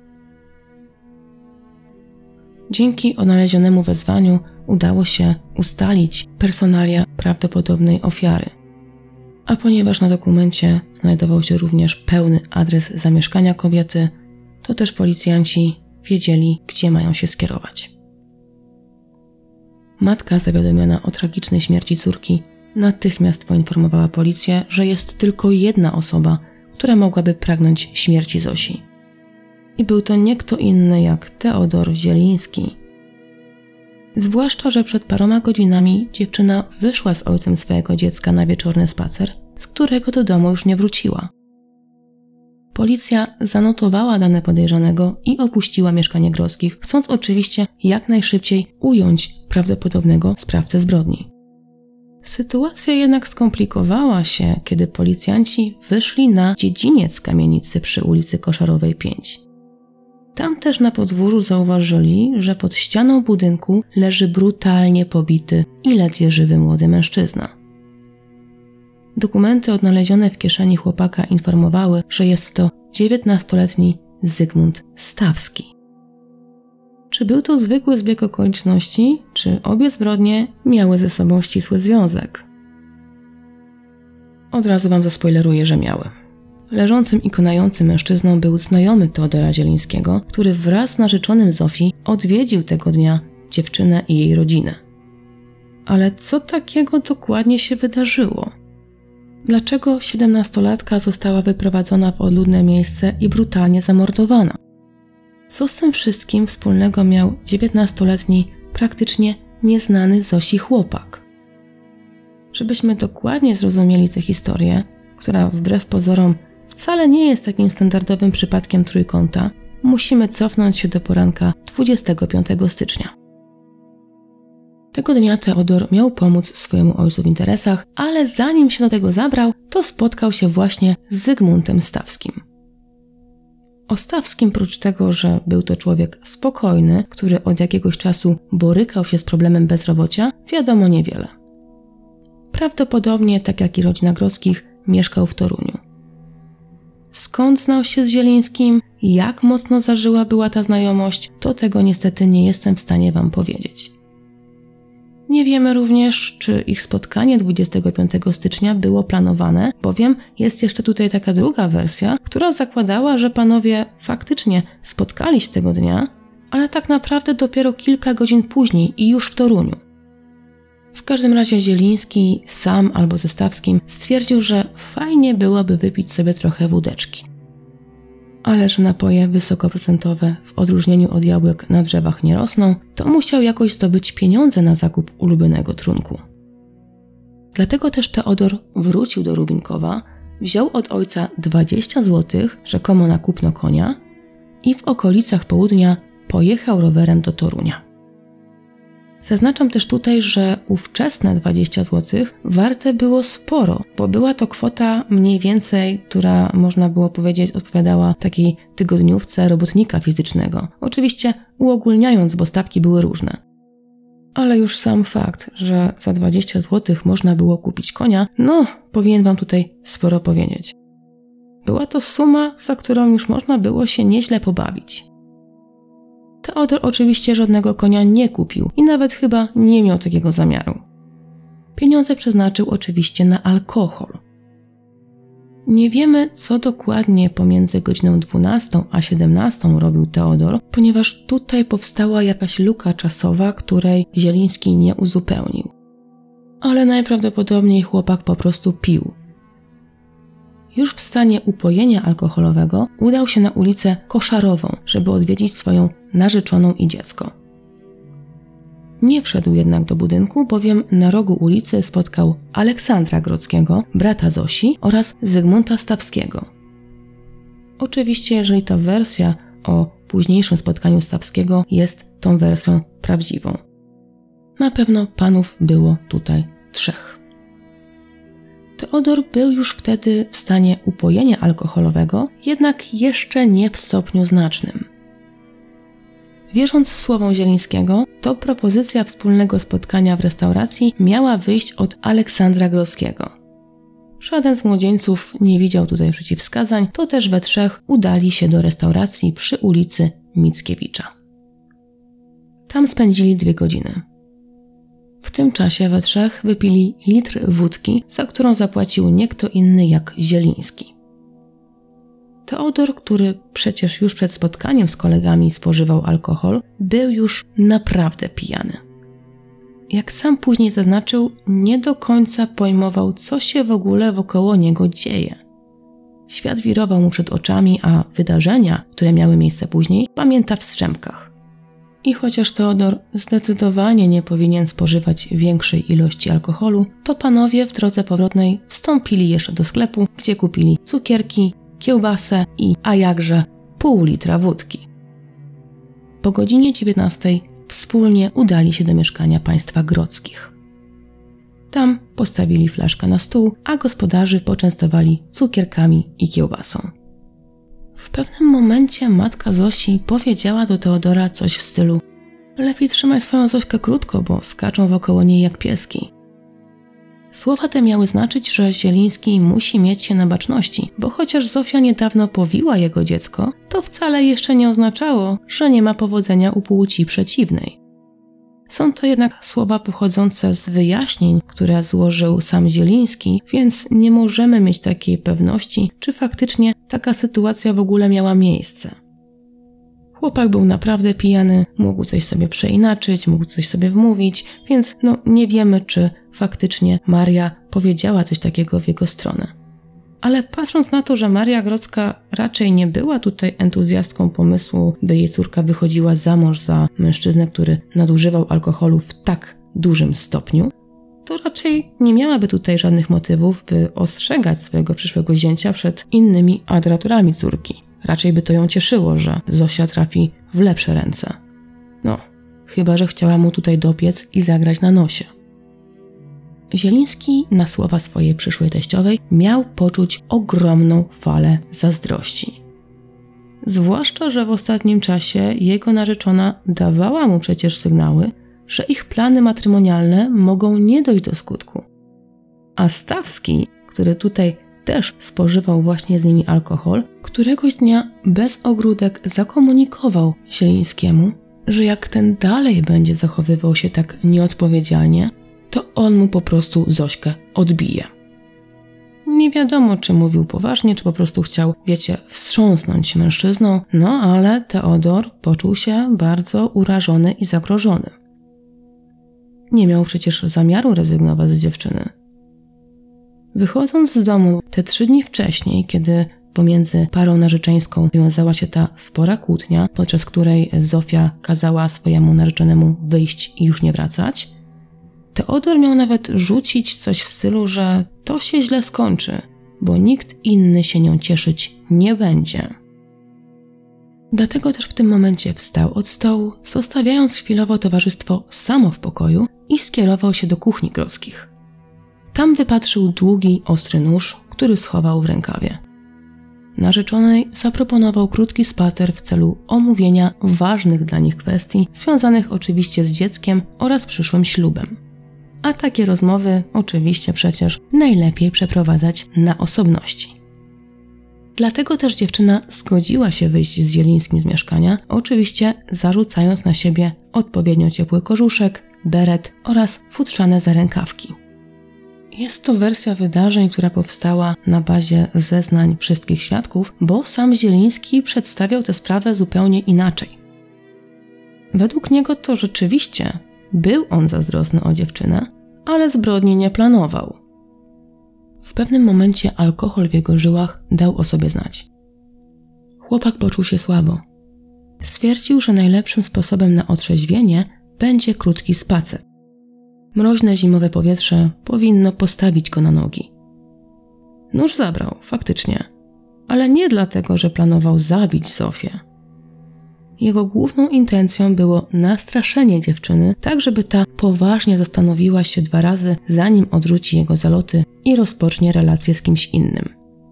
Dzięki odnalezionemu wezwaniu udało się ustalić personalia prawdopodobnej ofiary. A ponieważ na dokumencie znajdował się również pełny adres zamieszkania kobiety, to też policjanci wiedzieli, gdzie mają się skierować. Matka zawiadomiona o tragicznej śmierci córki natychmiast poinformowała policję, że jest tylko jedna osoba, która mogłaby pragnąć śmierci Zosi. I był to nie kto inny jak Teodor Zieliński. Zwłaszcza, że przed paroma godzinami dziewczyna wyszła z ojcem swojego dziecka na wieczorny spacer, z którego do domu już nie wróciła. Policja zanotowała dane podejrzanego i opuściła mieszkanie Grodzkich, chcąc oczywiście jak najszybciej ująć prawdopodobnego sprawcę zbrodni. Sytuacja jednak skomplikowała się, kiedy policjanci wyszli na dziedziniec kamienicy przy ulicy Koszarowej pięć. Tam też na podwórzu zauważyli, że pod ścianą budynku leży brutalnie pobity i ledwie żywy młody mężczyzna. Dokumenty odnalezione w kieszeni chłopaka informowały, że jest to dziewiętnastoletni Zygmunt Stawski. Czy był to zwykły zbieg okoliczności, czy obie zbrodnie miały ze sobą ścisły związek? Od razu wam zaspoileruję, że miały. Leżącym i konającym mężczyzną był znajomy Teodora Zielińskiego, który wraz z narzeczonym Zofii odwiedził tego dnia dziewczynę i jej rodzinę. Ale co takiego dokładnie się wydarzyło? Dlaczego siedemnastolatka została wyprowadzona w odludne miejsce i brutalnie zamordowana? Co z tym wszystkim wspólnego miał dziewiętnastoletni, praktycznie nieznany Zosi chłopak? Żebyśmy dokładnie zrozumieli tę historię, która wbrew pozorom wcale nie jest takim standardowym przypadkiem trójkąta, musimy cofnąć się do poranka dwudziestego piątego stycznia. Tego dnia Teodor miał pomóc swojemu ojcu w interesach, ale zanim się do tego zabrał, to spotkał się właśnie z Zygmuntem Stawskim. O Stawskim, prócz tego, że był to człowiek spokojny, który od jakiegoś czasu borykał się z problemem bezrobocia, wiadomo niewiele. Prawdopodobnie, tak jak i rodzina Grodzkich, mieszkał w Toruniu. Skąd znał się z Zielińskim, jak mocno zażyła była ta znajomość, to tego niestety nie jestem w stanie wam powiedzieć. Nie wiemy również, czy ich spotkanie dwudziestego piątego stycznia było planowane, bowiem jest jeszcze tutaj taka druga wersja, która zakładała, że panowie faktycznie spotkali się tego dnia, ale tak naprawdę dopiero kilka godzin później i już w Toruniu. W każdym razie Zieliński sam albo ze Stawskim stwierdził, że fajnie byłoby wypić sobie trochę wódeczki. Ale że napoje wysokoprocentowe w odróżnieniu od jabłek na drzewach nie rosną, to musiał jakoś zdobyć pieniądze na zakup ulubionego trunku. Dlatego też Teodor wrócił do Rubinkowa, wziął od ojca dwadzieścia złotych, rzekomo na kupno konia, i w okolicach południa pojechał rowerem do Torunia. Zaznaczam też tutaj, że ówczesne dwadzieścia złotych warte było sporo, bo była to kwota mniej więcej, która można było powiedzieć odpowiadała takiej tygodniówce robotnika fizycznego. Oczywiście uogólniając, bo stawki były różne. Ale już sam fakt, że za dwadzieścia złotych można było kupić konia, no powinien wam tutaj sporo powiedzieć. Była to suma, za którą już można było się nieźle pobawić. Teodor oczywiście żadnego konia nie kupił i nawet chyba nie miał takiego zamiaru. Pieniądze przeznaczył oczywiście na alkohol. Nie wiemy, co dokładnie pomiędzy godziną dwunastą a siedemnastą robił Teodor, ponieważ tutaj powstała jakaś luka czasowa, której Zieliński nie uzupełnił. Ale najprawdopodobniej chłopak po prostu pił. Już w stanie upojenia alkoholowego udał się na ulicę Koszarową, żeby odwiedzić swoją narzeczoną i dziecko. Nie wszedł jednak do budynku, bowiem na rogu ulicy spotkał Aleksandra Grodzkiego, brata Zosi, oraz Zygmunta Stawskiego. Oczywiście, jeżeli ta wersja o późniejszym spotkaniu Stawskiego jest tą wersją prawdziwą. Na pewno panów było tutaj trzech. Teodor był już wtedy w stanie upojenia alkoholowego, jednak jeszcze nie w stopniu znacznym. Wierząc słowom Zielińskiego, to propozycja wspólnego spotkania w restauracji miała wyjść od Aleksandra Grodzkiego. żaden z młodzieńców nie widział tutaj przeciwwskazań, to też we trzech udali się do restauracji przy ulicy Mickiewicza. Tam spędzili dwie godziny. W tym czasie we trzech wypili litr wódki, za którą zapłacił nie kto inny jak Zieliński. Teodor, który przecież już przed spotkaniem z kolegami spożywał alkohol, był już naprawdę pijany. Jak sam później zaznaczył, nie do końca pojmował, co się w ogóle wokoło niego dzieje. Świat wirował mu przed oczami, a wydarzenia, które miały miejsce później, pamięta w strzępkach. I chociaż Teodor zdecydowanie nie powinien spożywać większej ilości alkoholu, to panowie w drodze powrotnej wstąpili jeszcze do sklepu, gdzie kupili cukierki, kiełbasę i, a jakże, pół litra wódki. Po godzinie dziewiętnastej wspólnie udali się do mieszkania państwa Grodzkich. Tam postawili flaszkę na stół, a gospodarzy poczęstowali cukierkami i kiełbasą. W pewnym momencie matka Zosi powiedziała do Teodora coś w stylu: lepiej trzymaj swoją Zośkę krótko, bo skaczą wokoło niej jak pieski. Słowa te miały znaczyć, że Zieliński musi mieć się na baczności, bo chociaż Zofia niedawno powiła jego dziecko, to wcale jeszcze nie oznaczało, że nie ma powodzenia u płci przeciwnej. Są to jednak słowa pochodzące z wyjaśnień, które złożył sam Zieliński, więc nie możemy mieć takiej pewności, czy faktycznie taka sytuacja w ogóle miała miejsce. Chłopak był naprawdę pijany, mógł coś sobie przeinaczyć, mógł coś sobie wmówić, więc no nie wiemy, czy faktycznie Maria powiedziała coś takiego w jego stronę. Ale patrząc na to, że Maria Grodzka raczej nie była tutaj entuzjastką pomysłu, by jej córka wychodziła za mąż za mężczyznę, który nadużywał alkoholu w tak dużym stopniu, to raczej nie miałaby tutaj żadnych motywów, by ostrzegać swojego przyszłego zięcia przed innymi adoratorami córki. Raczej by to ją cieszyło, że Zosia trafi w lepsze ręce. No, chyba że chciała mu tutaj dopiec i zagrać na nosie. Zieliński na słowa swojej przyszłej teściowej miał poczuć ogromną falę zazdrości. Zwłaszcza, że w ostatnim czasie jego narzeczona dawała mu przecież sygnały, że ich plany matrymonialne mogą nie dojść do skutku. A Stawski, który tutaj też spożywał właśnie z nimi alkohol, któregoś dnia bez ogródek zakomunikował Zielińskiemu, że jak ten dalej będzie zachowywał się tak nieodpowiedzialnie, to on mu po prostu Zośkę odbije. Nie wiadomo, czy mówił poważnie, czy po prostu chciał, wiecie, wstrząsnąć mężczyzną, no ale Teodor poczuł się bardzo urażony i zagrożony. Nie miał przecież zamiaru rezygnować z dziewczyny. Wychodząc z domu te trzy dni wcześniej, kiedy pomiędzy parą narzeczeńską wiązała się ta spora kłótnia, podczas której Zofia kazała swojemu narzeczonemu wyjść i już nie wracać, Teodor miał nawet rzucić coś w stylu, że to się źle skończy, bo nikt inny się nią cieszyć nie będzie. Dlatego też w tym momencie wstał od stołu, zostawiając chwilowo towarzystwo samo w pokoju i skierował się do kuchni Grodzkich. Tam wypatrzył długi, ostry nóż, który schował w rękawie. Narzeczonej zaproponował krótki spacer w celu omówienia ważnych dla nich kwestii, związanych oczywiście z dzieckiem oraz przyszłym ślubem. A takie rozmowy oczywiście przecież najlepiej przeprowadzać na osobności. Dlatego też dziewczyna zgodziła się wyjść z Zielińskim z mieszkania, oczywiście zarzucając na siebie odpowiednio ciepły kożuszek, beret oraz futrzane zarękawki. Jest to wersja wydarzeń, która powstała na bazie zeznań wszystkich świadków, bo sam Zieliński przedstawiał tę sprawę zupełnie inaczej. Według niego to rzeczywiście był on zazdrosny o dziewczynę, ale zbrodni nie planował. W pewnym momencie alkohol w jego żyłach dał o sobie znać. Chłopak poczuł się słabo. Stwierdził, że najlepszym sposobem na otrzeźwienie będzie krótki spacer. Mroźne zimowe powietrze powinno postawić go na nogi. Nóż zabrał, faktycznie, ale nie dlatego, że planował zabić Zofię. Jego główną intencją było nastraszenie dziewczyny, tak żeby ta poważnie zastanowiła się dwa razy, zanim odrzuci jego zaloty i rozpocznie relację z kimś innym.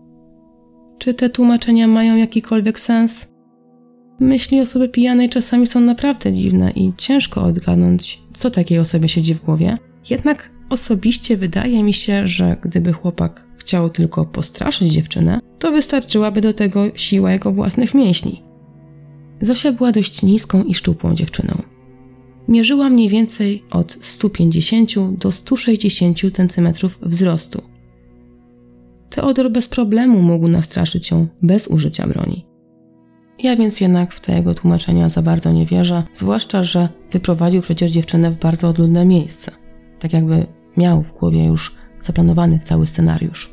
Czy te tłumaczenia mają jakikolwiek sens? Myśli osoby pijanej czasami są naprawdę dziwne i ciężko odgadnąć, co takiej osobie siedzi w głowie. Jednak osobiście wydaje mi się, że gdyby chłopak chciał tylko postraszyć dziewczynę, to wystarczyłaby do tego siła jego własnych mięśni. Zosia była dość niską i szczupłą dziewczyną. Mierzyła mniej więcej od stu pięćdziesięciu do stu sześćdziesięciu centymetrów wzrostu. Teodor bez problemu mógł nastraszyć ją bez użycia broni. Ja więc jednak w te jego tłumaczenia za bardzo nie wierzę, zwłaszcza, że wyprowadził przecież dziewczynę w bardzo odludne miejsce. Tak jakby miał w głowie już zaplanowany cały scenariusz.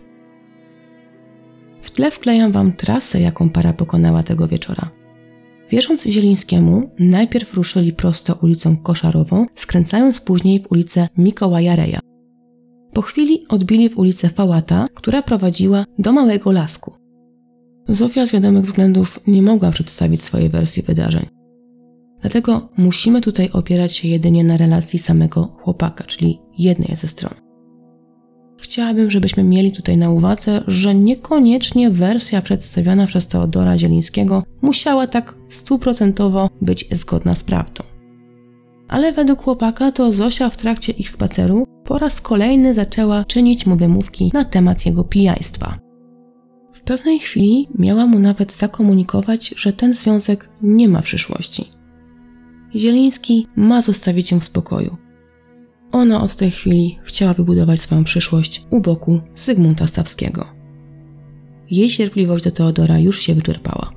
W tle wklejam wam trasę, jaką para pokonała tego wieczora. Wierząc Zielińskiemu, najpierw ruszyli prosto ulicą Koszarową, skręcając później w ulicę Mikołaja Reja. Po chwili odbili w ulicę Fałata, która prowadziła do Małego Lasku. Zofia z wiadomych względów nie mogła przedstawić swojej wersji wydarzeń. Dlatego musimy tutaj opierać się jedynie na relacji samego chłopaka, czyli jednej ze stron. Chciałabym, żebyśmy mieli tutaj na uwadze, że niekoniecznie wersja przedstawiona przez Teodora Zielińskiego musiała tak stuprocentowo być zgodna z prawdą. Ale według chłopaka to Zosia w trakcie ich spaceru po raz kolejny zaczęła czynić mu wymówki na temat jego pijaństwa. W pewnej chwili miała mu nawet zakomunikować, że ten związek nie ma przyszłości. Zieliński ma zostawić ją w spokoju. Ona od tej chwili chciała wybudować swoją przyszłość u boku Zygmunta Stawskiego. Jej cierpliwość do Teodora już się wyczerpała.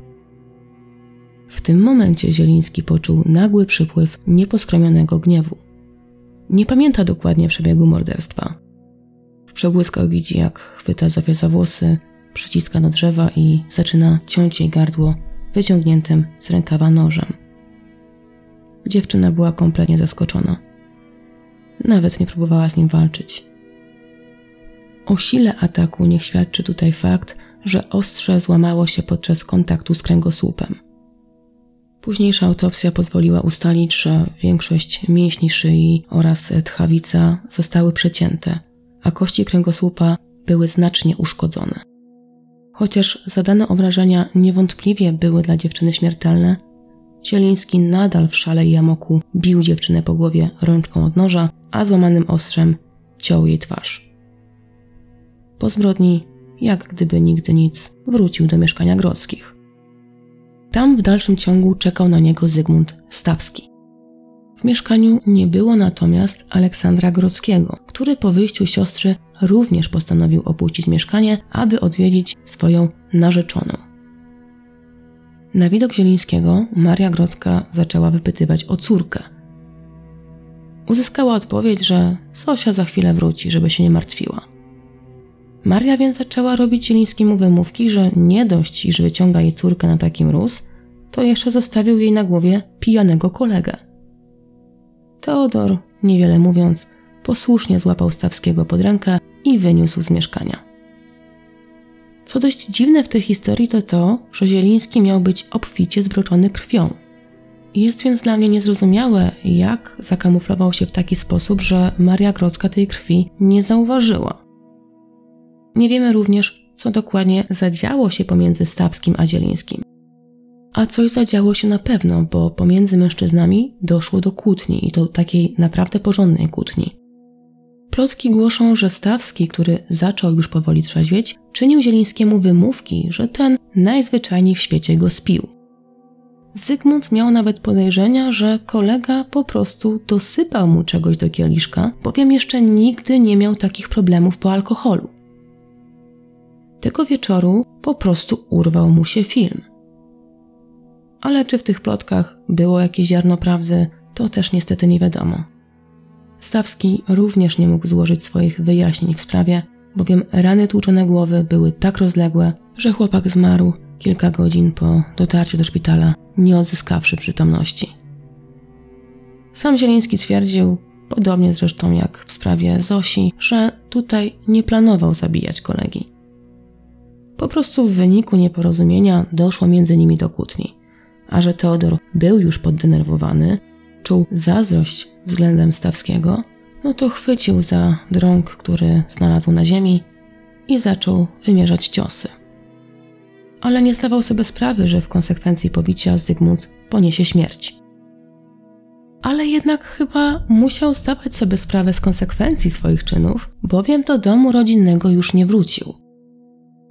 W tym momencie Zieliński poczuł nagły przypływ nieposkromionego gniewu. Nie pamięta dokładnie przebiegu morderstwa. W przebłyskach widzi, jak chwyta Zofię za włosy, przyciska do drzewa i zaczyna ciąć jej gardło wyciągniętym z rękawa nożem. Dziewczyna była kompletnie zaskoczona. Nawet nie próbowała z nim walczyć. O sile ataku niech świadczy tutaj fakt, że ostrze złamało się podczas kontaktu z kręgosłupem. Późniejsza autopsja pozwoliła ustalić, że większość mięśni szyi oraz tchawica zostały przecięte, a kości kręgosłupa były znacznie uszkodzone. Chociaż zadane obrażenia niewątpliwie były dla dziewczyny śmiertelne, Zieliński nadal w szale i amoku bił dziewczynę po głowie rączką od noża, a złamanym ostrzem ciął jej twarz. Po zbrodni, jak gdyby nigdy nic, wrócił do mieszkania Grodzkich. Tam w dalszym ciągu czekał na niego Zygmunt Stawski. W mieszkaniu nie było natomiast Aleksandra Grodzkiego, który po wyjściu siostry również postanowił opuścić mieszkanie, aby odwiedzić swoją narzeczoną. Na widok Zielińskiego Maria Grodzka zaczęła wypytywać o córkę. Uzyskała odpowiedź, że Zosia za chwilę wróci, żeby się nie martwiła. Maria więc zaczęła robić Zielińskiemu wymówki, że nie dość, iż wyciąga jej córkę na taki mróz, to jeszcze zostawił jej na głowie pijanego kolegę. Teodor, niewiele mówiąc, posłusznie złapał Stawskiego pod rękę i wyniósł z mieszkania. Co dość dziwne w tej historii to to, że Zieliński miał być obficie zbroczony krwią. Jest więc dla mnie niezrozumiałe, jak zakamuflował się w taki sposób, że Maria Grodzka tej krwi nie zauważyła. Nie wiemy również, co dokładnie zadziało się pomiędzy Stawskim a Zielińskim. A coś zadziało się na pewno, bo pomiędzy mężczyznami doszło do kłótni i to takiej naprawdę porządnej kłótni. Plotki głoszą, że Stawski, który zaczął już powoli trzeźwieć, czynił Zielińskiemu wymówki, że ten najzwyczajniej w świecie go spił. Zygmunt miał nawet podejrzenia, że kolega po prostu dosypał mu czegoś do kieliszka, bowiem jeszcze nigdy nie miał takich problemów po alkoholu. Tego wieczoru po prostu urwał mu się film. Ale czy w tych plotkach było jakieś ziarno prawdy, to też niestety nie wiadomo. Stawski również nie mógł złożyć swoich wyjaśnień w sprawie, bowiem rany tłuczone głowy były tak rozległe, że chłopak zmarł kilka godzin po dotarciu do szpitala, nie odzyskawszy przytomności. Sam Zieliński twierdził, podobnie zresztą jak w sprawie Zosi, że tutaj nie planował zabijać kolegi. Po prostu w wyniku nieporozumienia doszło między nimi do kłótni, a że Teodor był już poddenerwowany, czuł zazdrość względem Stawskiego, no to chwycił za drąg, który znalazł na ziemi i zaczął wymierzać ciosy. Ale nie zdawał sobie sprawy, że w konsekwencji pobicia Zygmunt poniesie śmierć. Ale jednak chyba musiał zdawać sobie sprawę z konsekwencji swoich czynów, bowiem do domu rodzinnego już nie wrócił.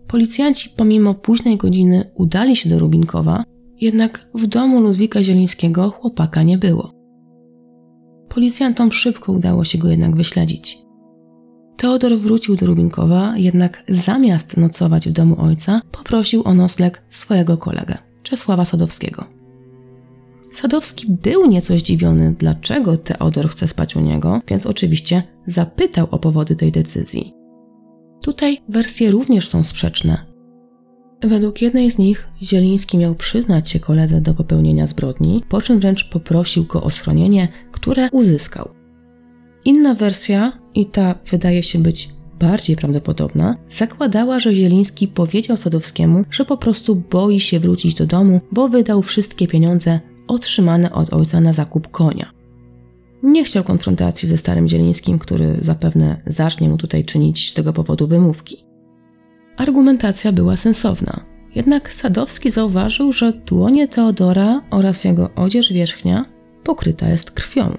Policjanci pomimo późnej godziny udali się do Rubinkowa, jednak w domu Ludwika Zielińskiego chłopaka nie było. Policjantom szybko udało się go jednak wyśledzić. Teodor wrócił do Rubinkowa, jednak zamiast nocować w domu ojca, poprosił o nocleg swojego kolegę, Czesława Sadowskiego. Sadowski był nieco zdziwiony, dlaczego Teodor chce spać u niego, więc oczywiście zapytał o powody tej decyzji. Tutaj wersje również są sprzeczne. Według jednej z nich Zieliński miał przyznać się koledze do popełnienia zbrodni, po czym wręcz poprosił go o schronienie, które uzyskał. Inna wersja, i ta wydaje się być bardziej prawdopodobna, zakładała, że Zieliński powiedział Sadowskiemu, że po prostu boi się wrócić do domu, bo wydał wszystkie pieniądze otrzymane od ojca na zakup konia. Nie chciał konfrontacji ze starym Zielińskim, który zapewne zacznie mu tutaj czynić z tego powodu wymówki. Argumentacja była sensowna, jednak Sadowski zauważył, że dłonie Teodora oraz jego odzież wierzchnia pokryta jest krwią.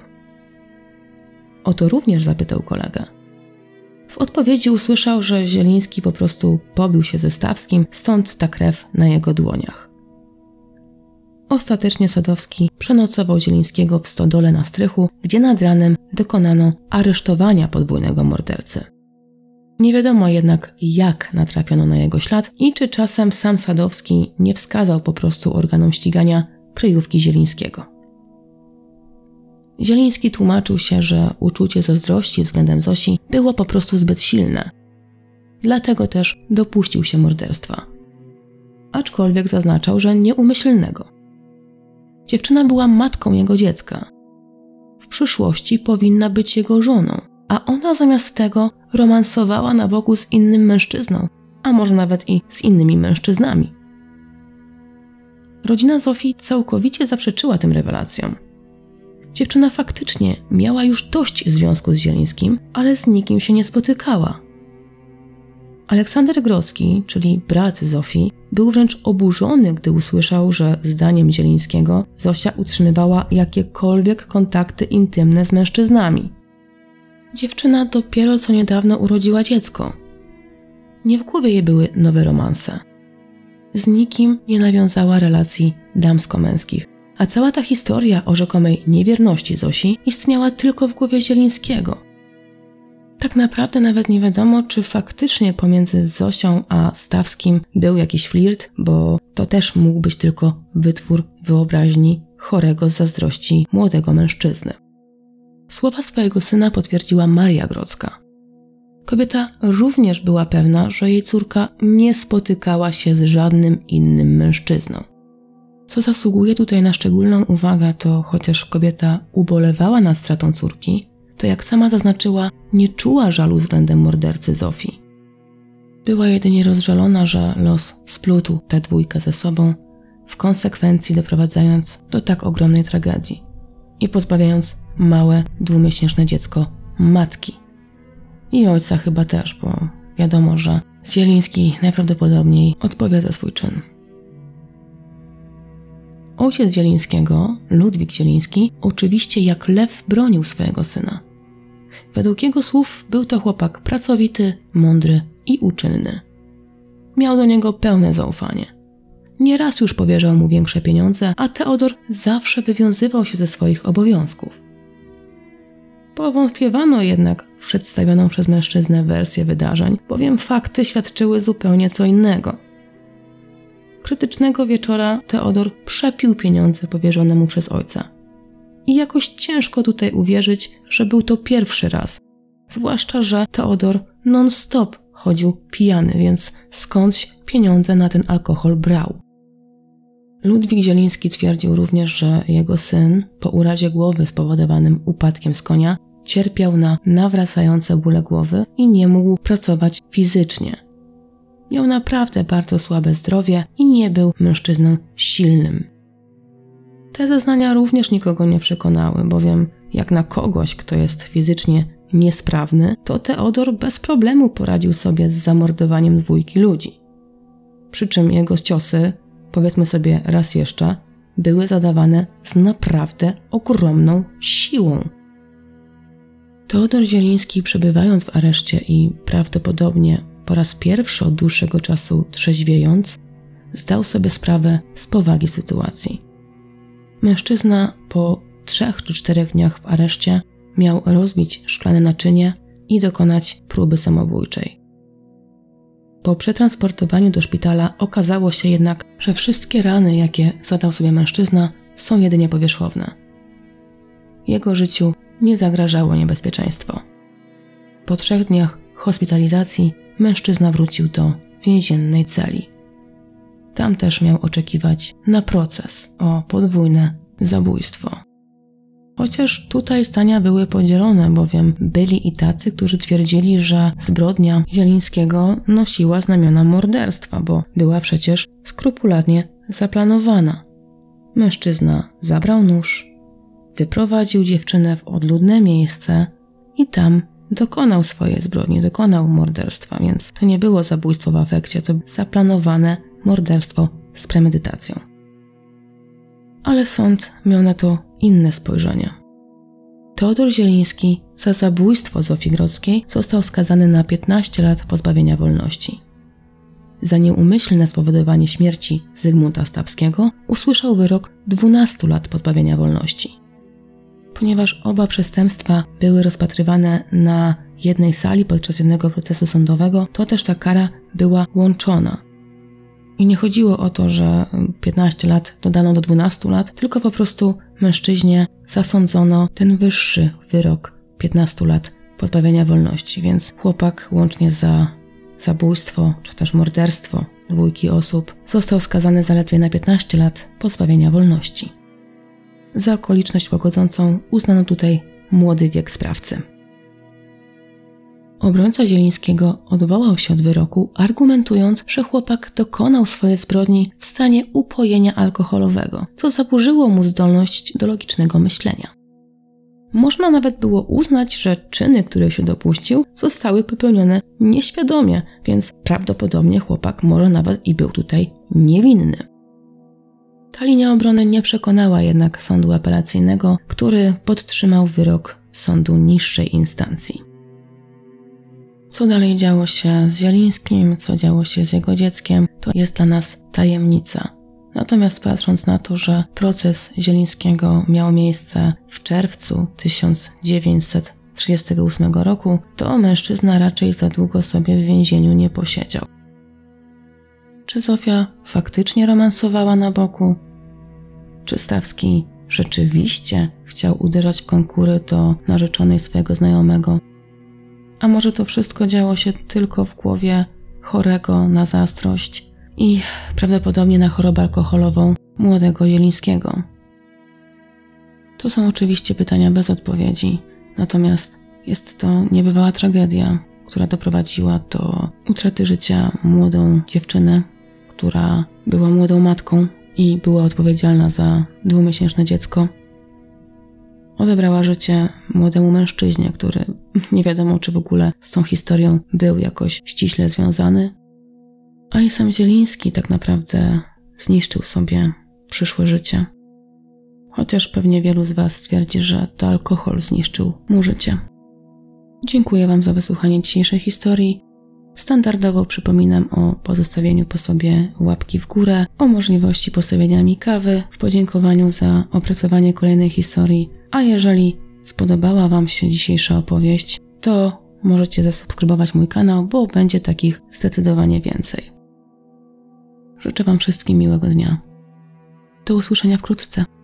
O to również zapytał kolegę. W odpowiedzi usłyszał, że Zieliński po prostu pobił się ze Stawskim, stąd ta krew na jego dłoniach. Ostatecznie Sadowski przenocował Zielińskiego w stodole na strychu, gdzie nad ranem dokonano aresztowania podwójnego mordercy. Nie wiadomo jednak, jak natrafiono na jego ślad i czy czasem sam Sadowski nie wskazał po prostu organom ścigania kryjówki Zielińskiego. Zieliński tłumaczył się, że uczucie zazdrości względem Zosi było po prostu zbyt silne. Dlatego też dopuścił się morderstwa. Aczkolwiek zaznaczał, że nieumyślnego. Dziewczyna była matką jego dziecka. W przyszłości powinna być jego żoną, a ona zamiast tego romansowała na boku z innym mężczyzną, a może nawet i z innymi mężczyznami. Rodzina Zofii całkowicie zaprzeczyła tym rewelacjom. Dziewczyna faktycznie miała już dość związku z Zielińskim, ale z nikim się nie spotykała. Aleksander Grodzki, czyli brat Zofii, był wręcz oburzony, gdy usłyszał, że zdaniem Zielińskiego Zosia utrzymywała jakiekolwiek kontakty intymne z mężczyznami. Dziewczyna dopiero co niedawno urodziła dziecko. Nie w głowie jej były nowe romanse. Z nikim nie nawiązała relacji damsko-męskich, a cała ta historia o rzekomej niewierności Zosi istniała tylko w głowie Zielińskiego. Tak naprawdę nawet nie wiadomo, czy faktycznie pomiędzy Zosią a Stawskim był jakiś flirt, bo to też mógł być tylko wytwór wyobraźni chorego z zazdrości młodego mężczyzny. Słowa swojego syna potwierdziła Maria Grodzka. Kobieta również była pewna, że jej córka nie spotykała się z żadnym innym mężczyzną. Co zasługuje tutaj na szczególną uwagę, to chociaż kobieta ubolewała nad stratą córki, to jak sama zaznaczyła, nie czuła żalu względem mordercy Zofii. Była jedynie rozżalona, że los splótł tę dwójkę ze sobą, w konsekwencji doprowadzając do tak ogromnej tragedii i pozbawiając małe, dwumiesięczne dziecko matki. I ojca chyba też, bo wiadomo, że Zieliński najprawdopodobniej odpowie za swój czyn. Ojciec Zielińskiego, Ludwik Zieliński, oczywiście jak lew bronił swojego syna. Według jego słów był to chłopak pracowity, mądry i uczynny. Miał do niego pełne zaufanie. Nieraz już powierzał mu większe pieniądze, a Teodor zawsze wywiązywał się ze swoich obowiązków. Powątpiewano jednak w przedstawioną przez mężczyznę wersję wydarzeń, bowiem fakty świadczyły zupełnie co innego. Krytycznego wieczora Teodor przepił pieniądze powierzone mu przez ojca. I jakoś ciężko tutaj uwierzyć, że był to pierwszy raz. Zwłaszcza, że Teodor non-stop chodził pijany, więc skądś pieniądze na ten alkohol brał. Ludwik Zieliński twierdził również, że jego syn po urazie głowy spowodowanym upadkiem z konia cierpiał na nawracające bóle głowy i nie mógł pracować fizycznie. Miał naprawdę bardzo słabe zdrowie i nie był mężczyzną silnym. Te zeznania również nikogo nie przekonały, bowiem jak na kogoś, kto jest fizycznie niesprawny, to Teodor bez problemu poradził sobie z zamordowaniem dwójki ludzi. Przy czym jego ciosy, powiedzmy sobie raz jeszcze, były zadawane z naprawdę ogromną siłą. Teodor Zieliński, przebywając w areszcie i prawdopodobnie po raz pierwszy od dłuższego czasu trzeźwiejąc, zdał sobie sprawę z powagi sytuacji. Mężczyzna po trzech czy czterech dniach w areszcie miał rozbić szklane naczynie i dokonać próby samobójczej. Po przetransportowaniu do szpitala okazało się jednak, że wszystkie rany, jakie zadał sobie mężczyzna, są jedynie powierzchowne. Jego życiu nie zagrażało niebezpieczeństwo. Po trzech dniach hospitalizacji mężczyzna wrócił do więziennej celi. Tam też miał oczekiwać na proces o podwójne zabójstwo. Chociaż tutaj zdania były podzielone, bowiem byli i tacy, którzy twierdzili, że zbrodnia Zielińskiego nosiła znamiona morderstwa, bo była przecież skrupulatnie zaplanowana. Mężczyzna zabrał nóż, wyprowadził dziewczynę w odludne miejsce i tam dokonał swojej zbrodni, dokonał morderstwa, więc to nie było zabójstwo w afekcie, to zaplanowane morderstwo z premedytacją. Ale sąd miał na to inne spojrzenie. Teodor Zieliński za zabójstwo Zofii Grodzkiej został skazany na piętnaście lat pozbawienia wolności. Za nieumyślne spowodowanie śmierci Zygmunta Stawskiego usłyszał wyrok dwunastu lat pozbawienia wolności. Ponieważ oba przestępstwa były rozpatrywane na jednej sali podczas jednego procesu sądowego, to też ta kara była łączona. I nie chodziło o to, że piętnaście lat dodano do dwunastu lat, tylko po prostu mężczyźnie zasądzono ten wyższy wyrok piętnastu lat pozbawienia wolności, więc chłopak łącznie za zabójstwo czy też morderstwo dwójki osób został skazany zaledwie na piętnaście lat pozbawienia wolności. Za okoliczność łagodzącą uznano tutaj młody wiek sprawcy. Obrońca Zielińskiego odwołał się od wyroku, argumentując, że chłopak dokonał swojej zbrodni w stanie upojenia alkoholowego, co zaburzyło mu zdolność do logicznego myślenia. Można nawet było uznać, że czyny, których się dopuścił, zostały popełnione nieświadomie, więc prawdopodobnie chłopak może nawet i był tutaj niewinny. Ta linia obrony nie przekonała jednak sądu apelacyjnego, który podtrzymał wyrok sądu niższej instancji. Co dalej działo się z Zielińskim, co działo się z jego dzieckiem, to jest dla nas tajemnica. Natomiast patrząc na to, że proces Zielińskiego miał miejsce w czerwcu tysiąc dziewięćset trzydziestego ósmego roku, to mężczyzna raczej za długo sobie w więzieniu nie posiedział. Czy Zofia faktycznie romansowała na boku? Czy Stawski rzeczywiście chciał uderzać w konkury do narzeczonej swojego znajomego? A może to wszystko działo się tylko w głowie chorego na zazdrość i prawdopodobnie na chorobę alkoholową młodego Zielińskiego? To są oczywiście pytania bez odpowiedzi, natomiast jest to niebywała tragedia, która doprowadziła do utraty życia młodą dziewczynę, która była młodą matką i była odpowiedzialna za dwumiesięczne dziecko. Odebrała życie młodemu mężczyźnie, który nie wiadomo, czy w ogóle z tą historią był jakoś ściśle związany. A i sam Zieliński tak naprawdę zniszczył sobie przyszłe życie. Chociaż pewnie wielu z Was twierdzi, że to alkohol zniszczył mu życie. Dziękuję Wam za wysłuchanie dzisiejszej historii. Standardowo przypominam o pozostawieniu po sobie łapki w górę, o możliwości postawienia mi kawy w podziękowaniu za opracowanie kolejnej historii. A jeżeli spodobała Wam się dzisiejsza opowieść, to możecie zasubskrybować mój kanał, bo będzie takich zdecydowanie więcej. Życzę Wam wszystkim miłego dnia. Do usłyszenia wkrótce.